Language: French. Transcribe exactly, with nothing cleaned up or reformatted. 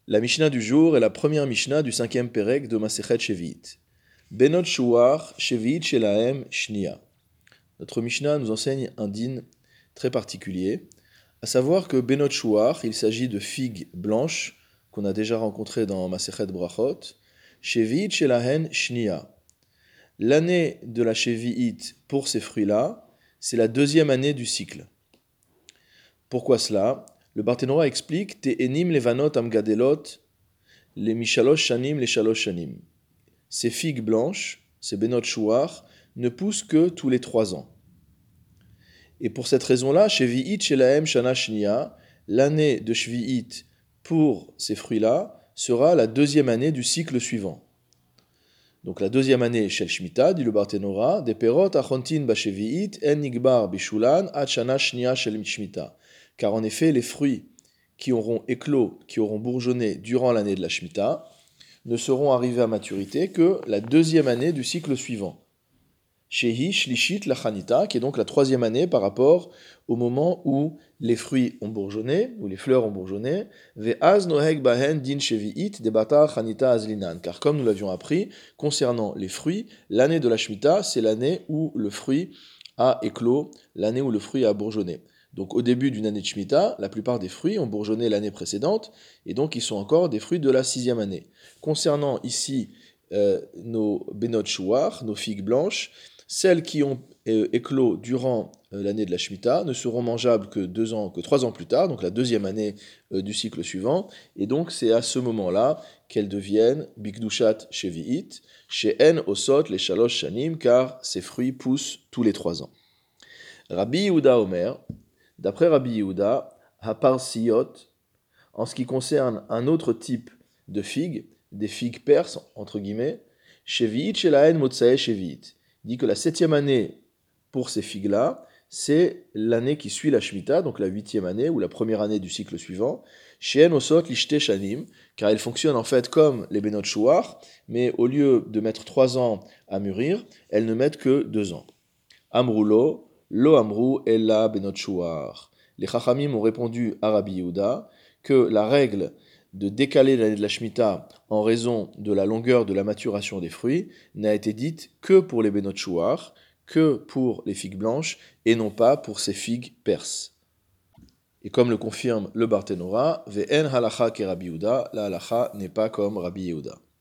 La Mishnah du jour est la première Mishnah du cinquième Pérek de Masechet Shevi'it. Benot Shuar, Shevi'it Shelahem Shnia. Notre Mishnah nous enseigne un din très particulier, à savoir que Benot Shuar, il s'agit de figues blanches, qu'on a déjà rencontrées dans Masechet Brachot, Shevi'it Shelahem Shnia. L'année de la Shevi'it pour ces fruits-là, c'est la deuxième année du cycle. Pourquoi cela? Le Barthénora explique Te'enim levanot amgadelot, les mishalosh shanim les shalosh shanim. Ces figues blanches, ces benot shuar, ne poussent que tous les trois ans. Et pour cette raison-là, Shevi'it shelahem shana shnia, l'année de Shvi'it pour ces fruits-là sera la deuxième année du cycle suivant. Donc la deuxième année shel shmita, dit le Barthénora, des perot achontin ba Shevi'it en nigbar bishulan ad shana shnia shel shmita. Car en effet, les fruits qui auront éclos, qui auront bourgeonné durant l'année de la Shemitah, ne seront arrivés à maturité que la deuxième année du cycle suivant. Shehi Shlishit Lachanita, qui est donc la troisième année par rapport au moment où les fruits ont bourgeonné, où les fleurs ont bourgeonné, Ve'az noheg bahen din shevi'it debata chanita azlinan. Car comme nous l'avions appris, concernant les fruits, l'année de la Shemitah, c'est l'année où le fruit a éclos, l'année où le fruit a bourgeonné. Donc au début d'une année de Shemitah, la plupart des fruits ont bourgeonné l'année précédente, et donc ils sont encore des fruits de la sixième année. Concernant ici euh, nos benot shuar, nos figues blanches, celles qui ont euh, éclos durant euh, l'année de la Shemitah ne seront mangeables que deux ans, que trois ans plus tard, donc la deuxième année euh, du cycle suivant, et donc c'est à ce moment-là qu'elles deviennent bikdushat shevi'it, she'en osot les shalosh shanim, car ces fruits poussent tous les trois ans. Rabbi Yehuda Omer, d'après Rabbi Yehuda, Haparsiyot, en ce qui concerne un autre type de figues, des figues perses, entre guillemets, Shevi'it Shelahen Motsae Shevi'it, dit que la septième année pour ces figues-là, c'est l'année qui suit la Shemitah, donc la huitième année ou la première année du cycle suivant, She'en Osot Lishte Shanim, car elles fonctionnent en fait comme les Benot Shuar, mais au lieu de mettre trois ans à mûrir, elles ne mettent que deux ans. Amroulo, Lo Amrou Ella Benot Shuar. Les Chachamim ont répondu à Rabbi Yehuda que la règle de décaler l'année de la Shemitah en raison de la longueur de la maturation des fruits n'a été dite que pour les Benot Shuar, que pour les figues blanches, et non pas pour ces figues perses. Et comme le confirme le Barthénora, Ve'en halacha ke Rabbi Yehuda, la halacha n'est pas comme Rabbi Yehuda.